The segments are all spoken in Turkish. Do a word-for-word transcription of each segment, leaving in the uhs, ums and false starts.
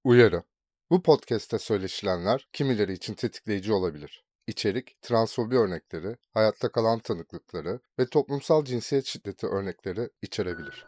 Uyarı. Bu podcast'te söyleşilenler kimileri için tetikleyici olabilir. İçerik, transfobi örnekleri, hayatta kalan tanıklıkları ve toplumsal cinsiyet şiddeti örnekleri içerebilir.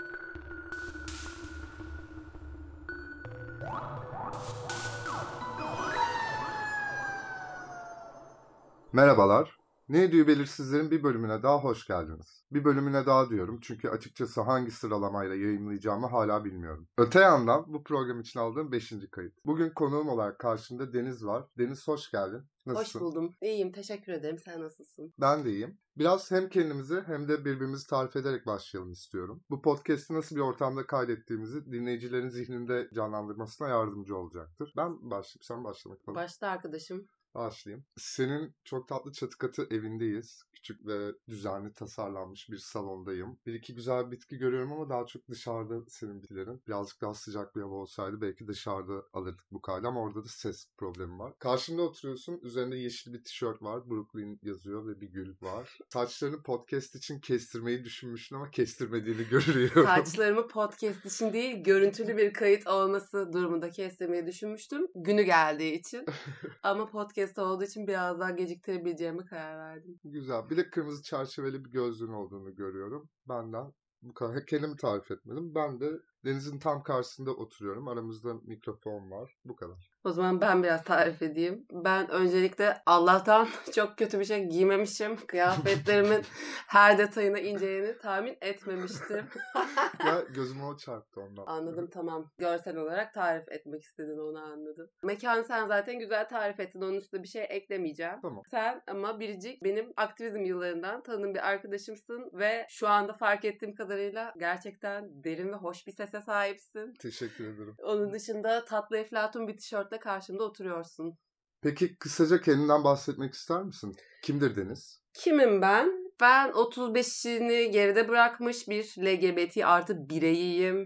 Merhabalar. Ne Ediyor Belirsizlerin bir bölümüne daha hoş geldiniz. Bir bölümüne daha diyorum çünkü açıkçası hangi sıralamayla yayınlayacağımı hala bilmiyorum. Öte yandan bu program için aldığım beşinci kayıt. Bugün konuğum olarak karşımda Deniz var. Deniz hoş geldin. Nasılsın? Hoş buldum. İyiyim. Teşekkür ederim. Sen nasılsın? Ben de iyiyim. Biraz hem kendimizi hem de birbirimizi tarif ederek başlayalım istiyorum. Bu podcast'i nasıl bir ortamda kaydettiğimizi dinleyicilerin zihninde canlandırmasına yardımcı olacaktır. Ben başlayayım, sen başla bakalım. Başla arkadaşım. Başlayayım. Senin çok tatlı çatı katı evindeyiz. Küçük ve düzenli tasarlanmış bir salondayım. Bir iki güzel bitki görüyorum ama daha çok dışarıda senin bitkilerin. Birazcık daha sıcak bir hava olsaydı belki dışarıda alırdık bu kaydı ama orada da ses problemi var. Karşımda oturuyorsun. Üzerinde yeşil bir tişört var. Brooklyn yazıyor ve bir gül var. Saçlarını podcast için kestirmeyi düşünmüşsün ama kestirmediğini görüyorum. Saçlarımı podcast için değil, görüntülü bir kayıt olması durumunda kestirmeyi düşünmüştüm. Günü geldiği için. Ama podcast olduğu için biraz daha geciktirebileceğime karar verdim. Güzel. Bir de kırmızı çerçeveli bir gözlüğün olduğunu görüyorum. Benden bu kadar. Kendimi tarif etmedim. Ben de Deniz'in tam karşısında oturuyorum. Aramızda mikrofon var. Bu kadar. O zaman ben biraz tarif edeyim. Ben öncelikle Allah'tan çok kötü bir şey giymemişim. Kıyafetlerimin her detayına inceleyeni tahmin etmemiştim. Ya gözüme o çarptı ondan. Anladım, tamam. Görsel olarak tarif etmek istedin, onu anladım. Mekanı sen zaten güzel tarif ettin. Onun üstüne bir şey eklemeyeceğim. Tamam. Sen ama biricik benim aktivizm yıllarından tanıdığım bir arkadaşımsın ve şu anda fark ettiğim kadarıyla gerçekten derin ve hoş bir sese sahipsin. Teşekkür ederim. Onun dışında tatlı eflatun bir tişörtle karşımda oturuyorsun. Peki kısaca kendinden bahsetmek ister misin? Kimdir Deniz? Kimim ben? Ben otuz beşini geride bırakmış bir L G B T artı bireyiyim.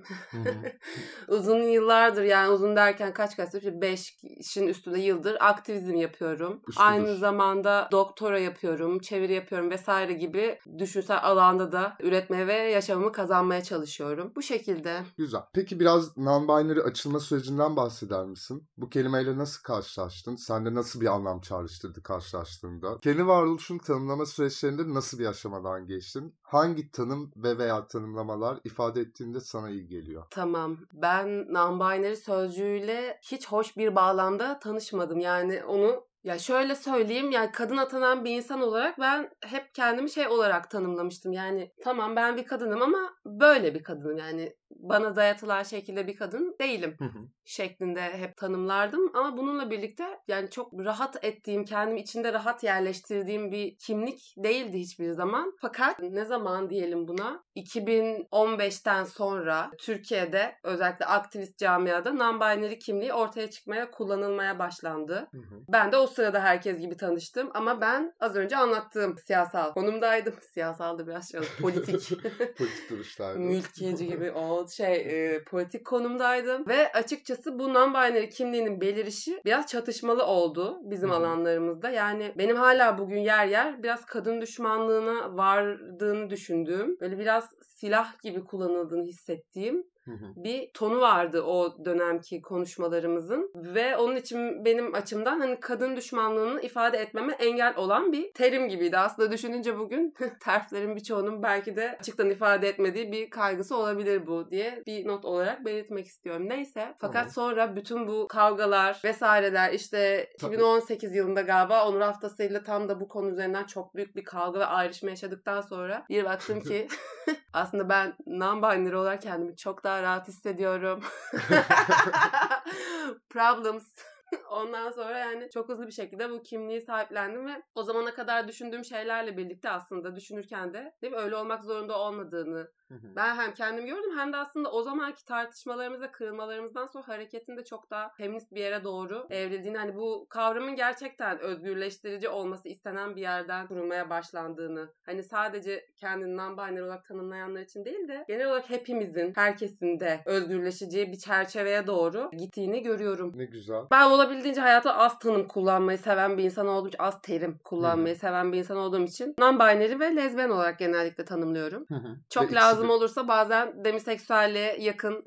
Uzun yıllardır, yani uzun derken kaç kaç beş işin üstünde yıldır aktivizm yapıyorum. Üstüdür. Aynı zamanda doktora yapıyorum, çeviri yapıyorum vesaire gibi düşünsel alanda da üretmeye ve yaşamımı kazanmaya çalışıyorum. Bu şekilde. Güzel. Peki biraz non-binary açılma sürecinden bahseder misin? Bu kelimeyle nasıl karşılaştın? Sende nasıl bir anlam çağrıştırdı karşılaştığında? Kendi varoluşunu tanımlama süreçlerinde nasıl bir aşamadan geçtin? Hangi tanım ve veya tanımlamalar ifade ettiğinde sana iyi geliyor? Tamam. Ben non-binary sözcüğüyle hiç hoş bir bağlamda tanışmadım. Yani onu ya şöyle söyleyeyim, yani kadın atanan bir insan olarak ben hep kendimi şey olarak tanımlamıştım. Yani tamam, ben bir kadınım ama böyle bir kadınım. Yani bana dayatılan şekilde bir kadın değilim şeklinde hep tanımlardım. Ama bununla birlikte yani çok rahat ettiğim, kendimi içinde rahat yerleştirdiğim bir kimlik değildi hiçbir zaman. Fakat ne zaman diyelim buna, iki bin on beşten sonra Türkiye'de özellikle aktivist camiada non-binary kimliği ortaya çıkmaya, kullanılmaya başlandı. Hı hı. Ben de o sırada herkes gibi tanıştım ama ben az önce anlattığım siyasal konumdaydım. Siyasal da biraz şey oldu, politik. Politik duruşlardı. Mülkiyeci gibi o şey e, politik konumdaydım ve açıkçası bu non-binary kimliğinin belirişi biraz çatışmalı oldu bizim Hı-hı. alanlarımızda. Yani benim hala bugün yer yer biraz kadın düşmanlığına vardığını düşündüğüm, böyle biraz silah gibi kullanıldığını hissettiğim bir tonu vardı o dönemki konuşmalarımızın ve onun için benim açımdan hani kadın düşmanlığını ifade etmeme engel olan bir terim gibiydi. Aslında düşününce bugün terflerin birçoğunun belki de açıktan ifade etmediği bir kaygısı olabilir bu diye bir not olarak belirtmek istiyorum. Neyse. Fakat tamam. Sonra bütün bu kavgalar vesaireler işte iki bin on sekiz Tabii. yılında galiba Onur Haftası'yla tam da bu konu üzerinden çok büyük bir kavga ve ayrışma yaşadıktan sonra bir baktım ki aslında ben non-binary olarak kendimi çok daha rahat hissediyorum. Problems. Ondan sonra yani çok hızlı bir şekilde bu kimliği sahiplendim ve o zamana kadar düşündüğüm şeylerle birlikte aslında düşünürken de değil mi, öyle olmak zorunda olmadığını ben hem kendim gördüm hem de aslında o zamanki tartışmalarımız ve kırılmalarımızdan sonra hareketin de çok daha feminist bir yere doğru evrildiğini, hani bu kavramın gerçekten özgürleştirici olması istenen bir yerden kurulmaya başlandığını, hani sadece kendini non-binary olarak tanımlayanlar için değil de genel olarak hepimizin, herkesin de özgürleşeceği bir çerçeveye doğru gittiğini görüyorum. Ne güzel. Ben olabildiğince olabildiğince hayata az tanım kullanmayı seven bir insan olduğum için, az terim kullanmayı Hı-hı. seven bir insan olduğum için non-binary ve lezbiyen olarak genellikle tanımlıyorum. Hı-hı. Çok ve lazım ikisi... olursa bazen demiseksüelliğe yakın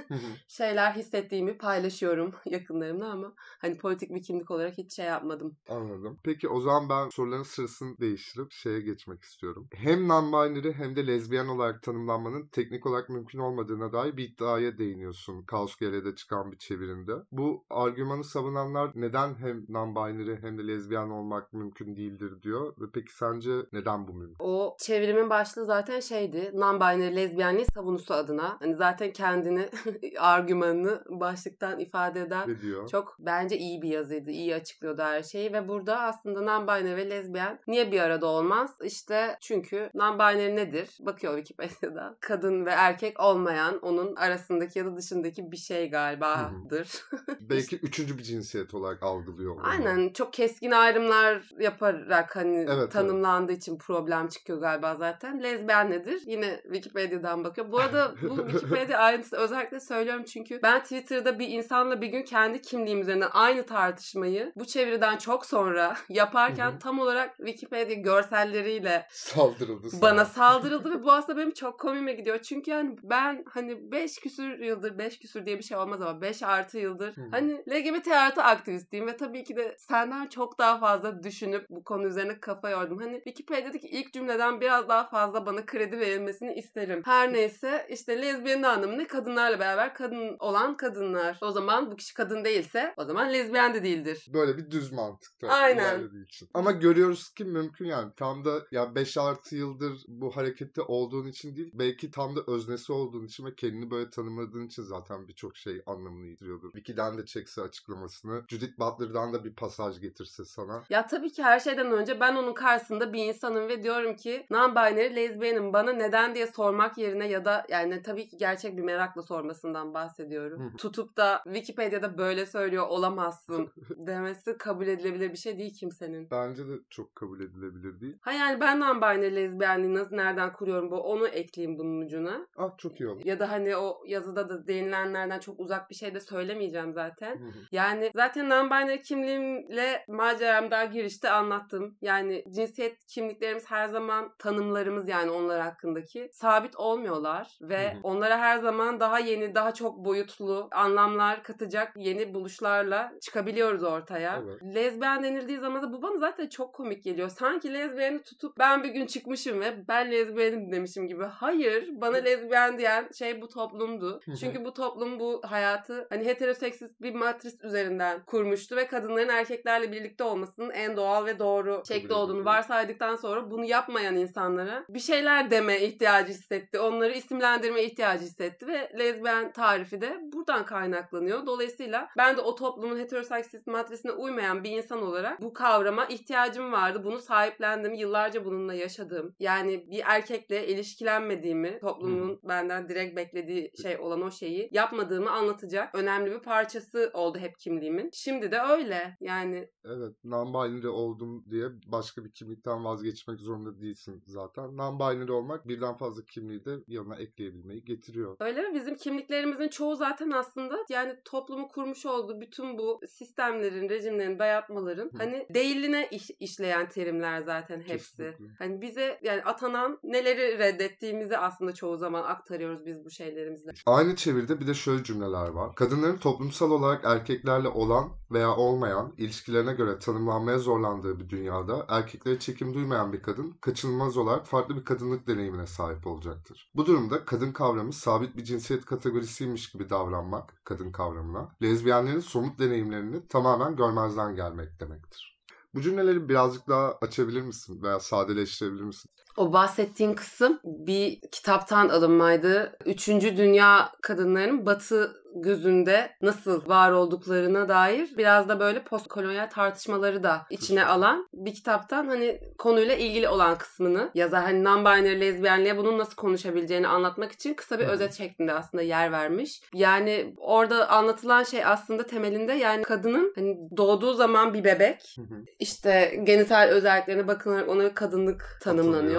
şeyler hissettiğimi paylaşıyorum yakınlarımla ama hani politik bir kimlik olarak hiç şey yapmadım. Anladım. Peki o zaman ben soruların sırasını değiştirip şeye geçmek istiyorum. Hem non-binary hem de lezbiyen olarak tanımlanmanın teknik olarak mümkün olmadığına dair bir iddiaya değiniyorsun. Kaos G L'de çıkan bir çevirinde. Bu argümanı savunanlar neden hem non-binary hem de lezbiyen olmak mümkün değildir diyor. Ve peki sence neden bu mümkün? O çevirimin başlığı zaten şeydi. Non-binary lezbiyenliği savunusu adına. Hani zaten kendini argümanını başlıktan ifade eden çok bence iyi bir yazıydı. İyi açıklıyordu her şeyi ve burada aslında non-binary ve lezbiyen niye bir arada olmaz? İşte çünkü non-binary nedir? Bakıyor Wikipedia'da. Kadın ve erkek olmayan, onun arasındaki ya da dışındaki bir şey galibadır. Belki işte, üçüncü bir cinsiyet olarak algılıyor onu. Aynen. Çok keskin ayrımlar yaparak hani evet, tanımlandığı evet. için problem çıkıyor galiba zaten. Lezbiyen nedir? Yine Wikipedia'dan bakıyor. Bu arada bu Wikipedia ayrıntısı özellikle söylüyorum çünkü ben Twitter'da bir insanla bir gün kendi kimliğim üzerine aynı tartışmayı bu çeviriden çok sonra yaparken Hı-hı. tam olarak Wikipedia görselleriyle saldırıldı sana. Bana saldırıldı ve bu aslında benim çok komiğime gidiyor. Çünkü yani ben hani beş küsür yıldır, beş küsür diye bir şey olmaz ama beş artı yıldır Hı-hı. hani L G B T artı aktivistiyim ve tabii ki de senden çok daha fazla düşünüp bu konu üzerine kafa yordum. Hani Wikipedia'daki ilk cümleden biraz daha fazla bana kredi verilmesini isterim. Her neyse işte lezbiyenin anlamı ne? Kadınlarla beraber kadın olan kadınlar. O zaman bu kişi kadın değilse o zaman lezbiyen de değildir. Böyle bir düz mantıkta. Aynen. Için. Ama görüyoruz ki mümkün yani. Tam da ya beş artı yıldır bu harekette olduğun için değil, belki tam da öznesi olduğun için ve kendini böyle tanımladığın için zaten birçok şey anlamını yitiriyordur. Wiki'den de çekse açıklamasını, Judith Butler'dan da bir pasaj getirse sana. Ya tabii ki her şeyden önce ben onun karşısında bir insanım ve diyorum ki non-binary lezbiyenim, bana neden diye sormak yerine ya da yani tabii ki gerçek bir merakla sormasından bahsediyorum. Tutup da Wikipedia'da böyle söylüyor olamazsın demesi kabul edilebilir bir şey değil kimsenin. Bence de çok kabul edilebilir değil. Ha yani ben non-binary lezbiyenliği nasıl, nereden kuruyorum bu, onu ekleyeyim bunun ucuna. Ah çok iyi olur. Ya da hani o yazıda da değinilenlerden çok uzak bir şey de söylemeyeceğim zaten. Hı hı. Yani zaten non-binary kimliğimle maceramda girişte anlattım. Yani cinsiyet kimliklerimiz her zaman tanımlarımız yani onlar hakkındaki sabit olmuyorlar ve hı hı. onlara her zaman daha yeni, daha çok boyutlu anlamlar katacak yeni buluşlarla çıkabiliyoruz ortaya. Evet. Lezbiyen denildiği zaman da bu bana zaten çok komik geliyor. Sanki lezbiyeni tutup ben bir gün çıkmışım ve ben lezbiyenim demişim gibi. Hayır, bana lezbiyen diyen şey bu toplumdu. Çünkü bu toplum bu hayatı hani heteroseksist bir matris üzerinden kurmuştu ve kadınların erkeklerle birlikte olmasının en doğal ve doğru şekli olduğunu varsaydıktan sonra bunu yapmayan insanlara bir şeyler deme ihtiyacı hissetti. Onları isimlendirme ihtiyacı hissetti ve lezbiyen tarifi de buradan kaynaklanıyor. Dolayısıyla ben de o toplumun heteroseksist matrisine uymayan bir insan olarak bu kavrama ihtiyacım vardı. Bunu sahiplendim. Yıllarca bununla yaşadım. Yani bir erkekle ilişkilenmediğimi, toplumun hmm. benden direkt beklediği şey olan o şeyi yapmadığımı anlatacak önemli bir parçası oldu hep kimliğimin. Şimdi de öyle. Yani evet, non-binary oldum diye başka bir kimlikten vazgeçmek zorunda değilsin zaten. Non-binary olmak birden fazla kimliği de yanına ekleyebilmeyi getiriyor. Öyle mi? Bizim kimliklerimizin çoğu zaten aslında yani toplumu kurmuş olduğu bütün bu sistemlerin, rejimlerin, dayatmaların Hı. hani değiline iş, işleyen terimler zaten hepsi. Kesinlikle. Hani bize yani atanan neleri reddettiğimizi aslında çoğu zaman aktarıyoruz biz bu şeylerimizle. Aynı çeviride bir de şöyle cümleler var. Kadınların toplumsal olarak erkeklerle olan veya olmayan ilişkilerine göre tanımlanmaya zorlandığı bir dünyada erkeklere çekim duymayan bir kadın kaçınılmaz olarak farklı bir kadınlık deneyimine sahip olacaktır. Bu durumda kadın kavramı sabit bir cinsiyet kategorisiymiş gibi davranmak kadın kavramına, lezbiyenlerin somut deneyimlerini tamamen görmezden gelmek demektir. Bu cümleleri birazcık daha açabilir misin veya sadeleştirebilir misin? O bahsettiğin kısım bir kitaptan alınmaydı. Üçüncü dünya kadınlarının Batı gözünde nasıl var olduklarına dair biraz da böyle postkolonyal tartışmaları da içine alan bir kitaptan hani konuyla ilgili olan kısmını yazar hani non-binary lezbiyenliğe bunun nasıl konuşabileceğini anlatmak için kısa bir özet şeklinde aslında yer vermiş. Yani orada anlatılan şey aslında temelinde yani kadının hani doğduğu zaman bir bebek işte genital özelliklerine bakılarak ona kadınlık tanımlanıyor.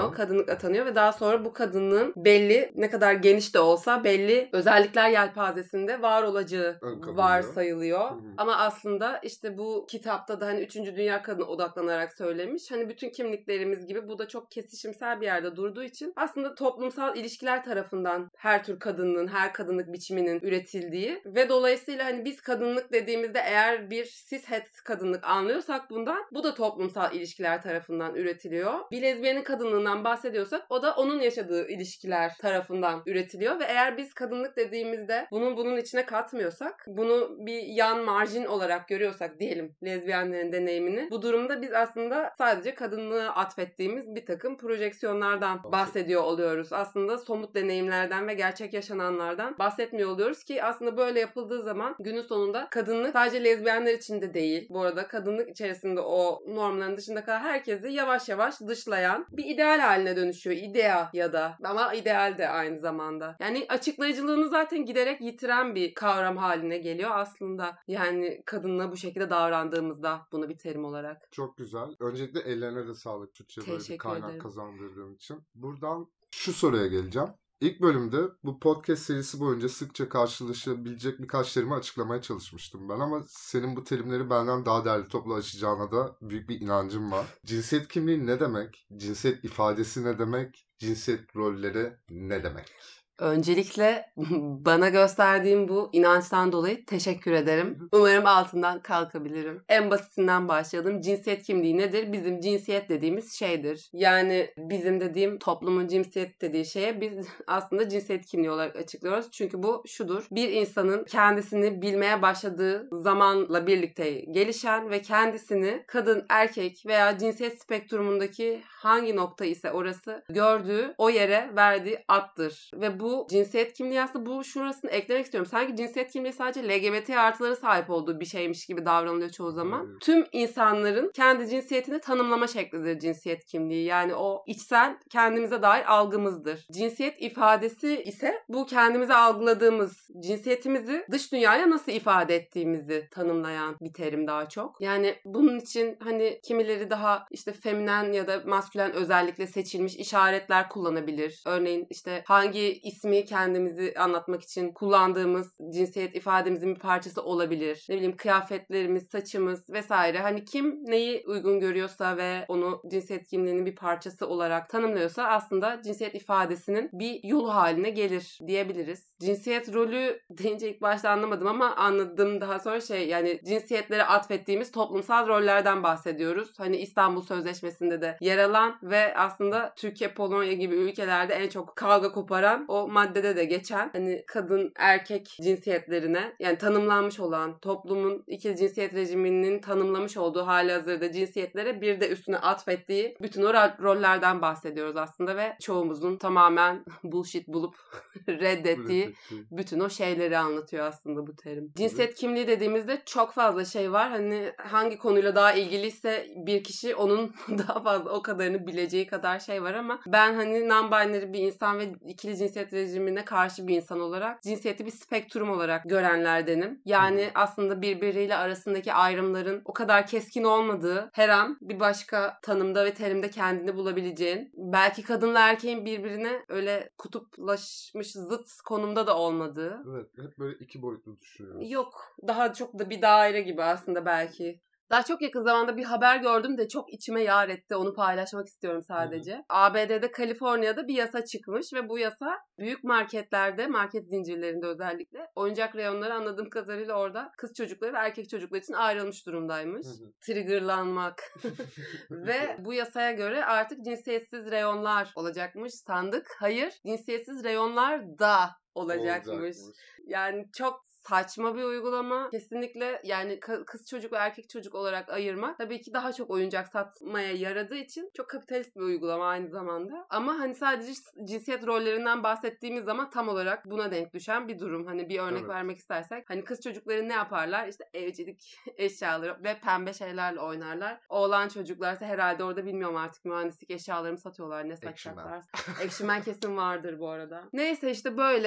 tanıyor. Kadınlıkla tanıyor ve daha sonra bu kadınlığın belli, ne kadar geniş de olsa belli özellikler yelpazesinde var olacağı varsayılıyor. Hı hı. Ama aslında işte bu kitapta da hani üçüncü Dünya Kadını odaklanarak söylemiş. Hani bütün kimliklerimiz gibi bu da çok kesişimsel bir yerde durduğu için aslında toplumsal ilişkiler tarafından her tür kadınlığın, her kadınlık biçiminin üretildiği ve dolayısıyla hani biz kadınlık dediğimizde eğer bir cishet kadınlık anlıyorsak bundan, bu da toplumsal ilişkiler tarafından üretiliyor. Bir lezbiyenin kadınlığından bahsediyorsak o da onun yaşadığı ilişkiler tarafından üretiliyor ve eğer biz kadınlık dediğimizde bunun bunun içine katmıyorsak, bunu bir yan marjin olarak görüyorsak diyelim lezbiyenlerin deneyimini, bu durumda biz aslında sadece kadınlığa atfettiğimiz bir takım projeksiyonlardan bahsediyor oluyoruz. Aslında somut deneyimlerden ve gerçek yaşananlardan bahsetmiyor oluyoruz ki aslında böyle yapıldığı zaman günün sonunda kadınlık sadece lezbiyenler için de değil. Bu arada kadınlık içerisinde o normların dışında kalan herkesi yavaş yavaş dışlayan bir ideal haline dönüşüyor. İdea ya da, ama ideal de aynı zamanda. Yani açıklayıcılığını zaten giderek yitiren bir kavram haline geliyor aslında. Yani kadınla bu şekilde davrandığımızda, bunu bir terim olarak. Çok güzel. Öncelikle ellerine de sağlık Türkçe böyle bir kaynak ederim. Kazandırdığın için. Buradan şu soruya geleceğim. İlk bölümde bu podcast serisi boyunca sıkça karşılaşabilecek birkaç terimi açıklamaya çalışmıştım ben ama senin bu terimleri benden daha değerli toplu açacağına da büyük bir inancım var. Cinsiyet kimliği ne demek? Cinsiyet ifadesi ne demek? Cinsiyet rolleri ne demek? Öncelikle bana gösterdiğim bu inançtan dolayı teşekkür ederim. Umarım altından kalkabilirim. En basitinden başlayalım. Cinsiyet kimliği nedir? Bizim cinsiyet dediğimiz şeydir. Yani bizim dediğim, toplumun cinsiyet dediği şeye biz aslında cinsiyet kimliği olarak açıklıyoruz. Çünkü bu şudur: bir insanın kendisini bilmeye başladığı zamanla birlikte gelişen ve kendisini kadın, erkek veya cinsiyet spektrumundaki hangi nokta ise orası gördüğü o yere verdiği addır. Ve bu Bu cinsiyet kimliği, aslında bu şurasını eklemek istiyorum. Sanki cinsiyet kimliği sadece L G B T artıları sahip olduğu bir şeymiş gibi davranılıyor çoğu zaman. Evet. Tüm insanların kendi cinsiyetini tanımlama şeklidir cinsiyet kimliği. Yani o içsel kendimize dair algımızdır. Cinsiyet ifadesi ise bu kendimize algıladığımız cinsiyetimizi dış dünyaya nasıl ifade ettiğimizi tanımlayan bir terim daha çok. Yani bunun için hani kimileri daha işte feminen ya da maskülen özellikle seçilmiş işaretler kullanabilir. Örneğin işte hangi ismi kendimizi anlatmak için kullandığımız cinsiyet ifademizin bir parçası olabilir. Ne bileyim, kıyafetlerimiz, saçımız vesaire. Hani kim neyi uygun görüyorsa ve onu cinsiyet kimliğinin bir parçası olarak tanımlıyorsa aslında cinsiyet ifadesinin bir yolu haline gelir diyebiliriz. Cinsiyet rolü deyince ilk başta anlamadım ama anladım daha sonra şey, yani cinsiyetlere atfettiğimiz toplumsal rollerden bahsediyoruz. Hani İstanbul Sözleşmesi'nde de yer alan ve aslında Türkiye, Polonya gibi ülkelerde en çok kavga koparan o maddede de geçen hani kadın erkek cinsiyetlerine, yani tanımlanmış olan toplumun ikili cinsiyet rejiminin tanımlamış olduğu halihazırda cinsiyetlere bir de üstüne atfettiği bütün o rollerden bahsediyoruz aslında ve çoğumuzun tamamen bullshit bulup reddettiği bütün o şeyleri anlatıyor aslında bu terim. Cinsiyet kimliği dediğimizde çok fazla şey var. Hani hangi konuyla daha ilgiliyse bir kişi onun daha fazla o kadarını bileceği kadar şey var ama ben hani non-binary bir insan ve ikili cinsiyet rejimine karşı bir insan olarak cinsiyeti bir spektrum olarak görenlerdenim. Yani hmm. aslında birbiriyle arasındaki ayrımların o kadar keskin olmadığı, her an bir başka tanımda ve terimde kendini bulabileceğin, belki kadınla erkeğin birbirine öyle kutuplaşmış zıt konumda da olmadığı. Evet, hep böyle iki boyutlu düşünüyoruz. Yok, daha çok da bir daire gibi aslında belki. Daha çok yakın zamanda bir haber gördüm de çok içime yar etti. Onu paylaşmak istiyorum sadece. Hı-hı. A B D'de, Kaliforniya'da bir yasa çıkmış ve bu yasa büyük marketlerde, market zincirlerinde özellikle oyuncak reyonları anladığım kadarıyla orada kız çocukları ve erkek çocuklar için ayrılmış durumdaymış. Hı-hı. Triggerlanmak. Ve bu yasaya göre artık cinsiyetsiz reyonlar olacakmış sandık. Hayır, cinsiyetsiz reyonlar da olacakmış. olacakmış. Yani çok saçma bir uygulama. Kesinlikle yani kız çocuk ve erkek çocuk olarak ayırmak tabii ki daha çok oyuncak satmaya yaradığı için çok kapitalist bir uygulama aynı zamanda. Ama hani sadece cinsiyet rollerinden bahsettiğimiz zaman tam olarak buna denk düşen bir durum. Hani bir örnek evet. vermek istersek, hani kız çocukları ne yaparlar? İşte evcilik eşyaları ve pembe şeylerle oynarlar. Oğlan çocuklarsa herhalde orada bilmiyorum artık mühendislik eşyalarını satıyorlar. Ne satacaklar? Ekşimen kesin vardır bu arada. Neyse işte böyle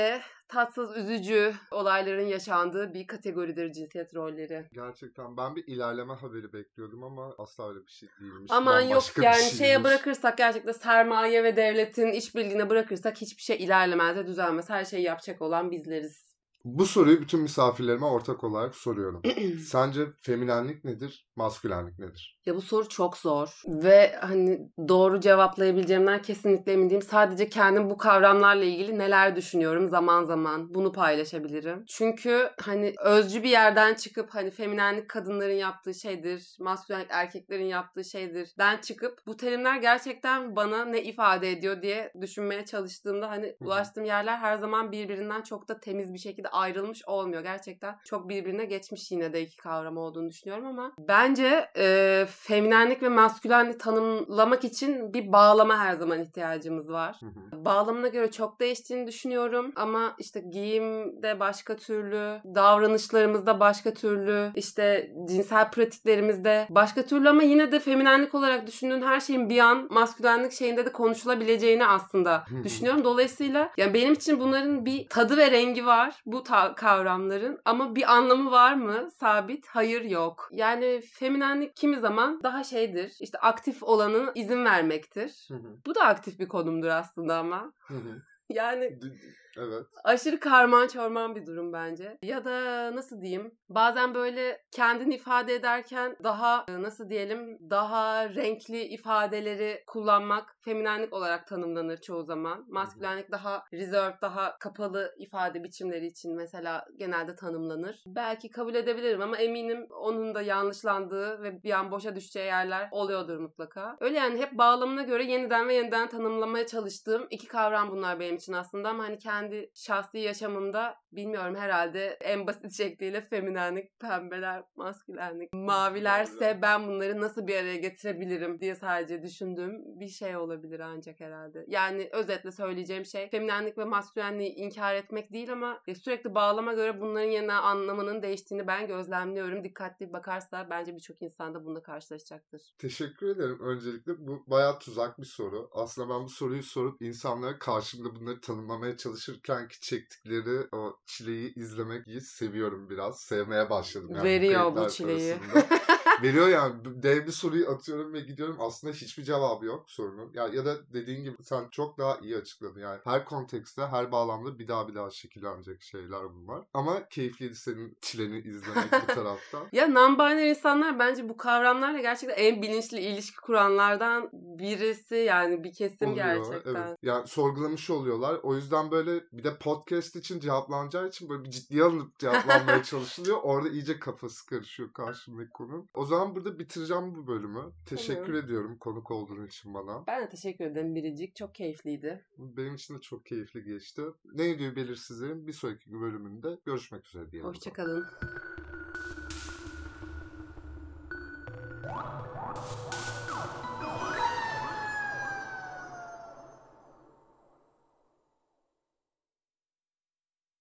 tatsız, üzücü olayların yaşandığı bir kategoridir cinsiyet rolleri. Gerçekten ben bir ilerleme haberi bekliyordum ama asla öyle bir şey değilmiş. Aman yok Bambaşka yani bir şeye şeymiş. bırakırsak gerçekten sermaye ve devletin işbirliğine bırakırsak hiçbir şey ilerlemez ve düzelmez. Her şeyi yapacak olan bizleriz. Bu soruyu bütün misafirlerime ortak olarak soruyorum. Sence feminenlik nedir, maskülenlik nedir? Ya bu soru çok zor ve hani doğru cevaplayabileceğimden kesinlikle emin değilim. Sadece kendim bu kavramlarla ilgili neler düşünüyorum zaman zaman bunu paylaşabilirim. Çünkü hani özcü bir yerden çıkıp hani feminenlik kadınların yaptığı şeydir, maskülenlik erkeklerin yaptığı şeydir den çıkıp bu terimler gerçekten bana ne ifade ediyor diye düşünmeye çalıştığımda hani ulaştığım yerler her zaman birbirinden çok da temiz bir şekilde ayrılmış olmuyor. Gerçekten çok birbirine geçmiş yine de iki kavram olduğunu düşünüyorum ama bence e, feminenlik ve maskülenlik tanımlamak için bir bağlama her zaman ihtiyacımız var. Hı hı. Bağlamına göre çok değiştiğini düşünüyorum ama işte giyimde başka türlü, davranışlarımızda başka türlü, işte cinsel pratiklerimizde başka türlü ama yine de feminenlik olarak düşündüğün her şeyin bir an maskülenlik şeyinde de konuşulabileceğini aslında düşünüyorum. Dolayısıyla yani benim için bunların bir tadı ve rengi var bu ta- kavramların ama bir anlamı var mı? Sabit. Hayır, yok. Yani feminenlik kimi zaman daha şeydir. İşte aktif olanın izin vermektir. Hı hı. Bu da aktif bir konumdur aslında ama. Hı hı. Yani Evet. aşırı karman çorman bir durum bence. Ya da nasıl diyeyim? Bazen böyle kendini ifade ederken daha nasıl diyelim daha renkli ifadeleri kullanmak feminenlik olarak tanımlanır çoğu zaman. Maskülenlik daha reserved, daha kapalı ifade biçimleri için mesela genelde tanımlanır. Belki kabul edebilirim ama eminim onun da yanlışlandığı ve bir an boşa düşeceği yerler oluyordur mutlaka. Öyle yani hep bağlamına göre yeniden ve yeniden tanımlamaya çalıştığım iki kavram bunlar benim için aslında ama hani kendi şahsi yaşamımda bilmiyorum herhalde en basit şekliyle feminenlik, pembeler, maskülenlik, mavilerse ben bunları nasıl bir araya getirebilirim diye sadece düşündüğüm bir şey olabilir ancak herhalde. Yani özetle söyleyeceğim şey feminenlik ve maskülenliği inkar etmek değil ama sürekli bağlama göre bunların yeniden anlamının değiştiğini ben gözlemliyorum. Dikkatli bakarsa bence birçok insan da bununla karşılaşacaktır. Teşekkür ederim öncelikle. Bu bayağı tuzak bir soru. Aslında ben bu soruyu sorup insanlara karşımda bunları tanımlamaya çalışırken ki çektikleri o çileyi izlemeyi seviyorum biraz. Sevmeye başladım. Yani Veriyor bu, bu çileyi. Veriyor yani. Dev bir soruyu atıyorum ve gidiyorum. Aslında hiçbir cevabı yok sorunun. Ya, ya da dediğin gibi sen çok daha iyi açıkladın. Yani her kontekste, her bağlamda bir daha bir daha şekillenecek şeyler bunlar. Ama keyifliydi senin çileni izlemek bu taraftan. Ya non-binary insanlar bence bu kavramlarla gerçekten en bilinçli ilişki kuranlardan birisi yani bir kesim Oluyor, gerçekten. evet. Yani sorgulamış oluyorlar. O yüzden böyle bir de podcast için cevaplanacağı için böyle bir ciddiye alınıp cevaplanmaya çalışılıyor. Orada iyice kafası karışıyor karşımdaki konu. O zaman burada bitireceğim bu bölümü. Teşekkür Tamam. ediyorum konuk olduğun için bana. Ben de teşekkür ederim Biricik. Çok keyifliydi. Benim için de çok keyifli geçti. Ne diyor belirsizlerin bir sonraki bölümünde görüşmek üzere diyelim. Hoşçakalın.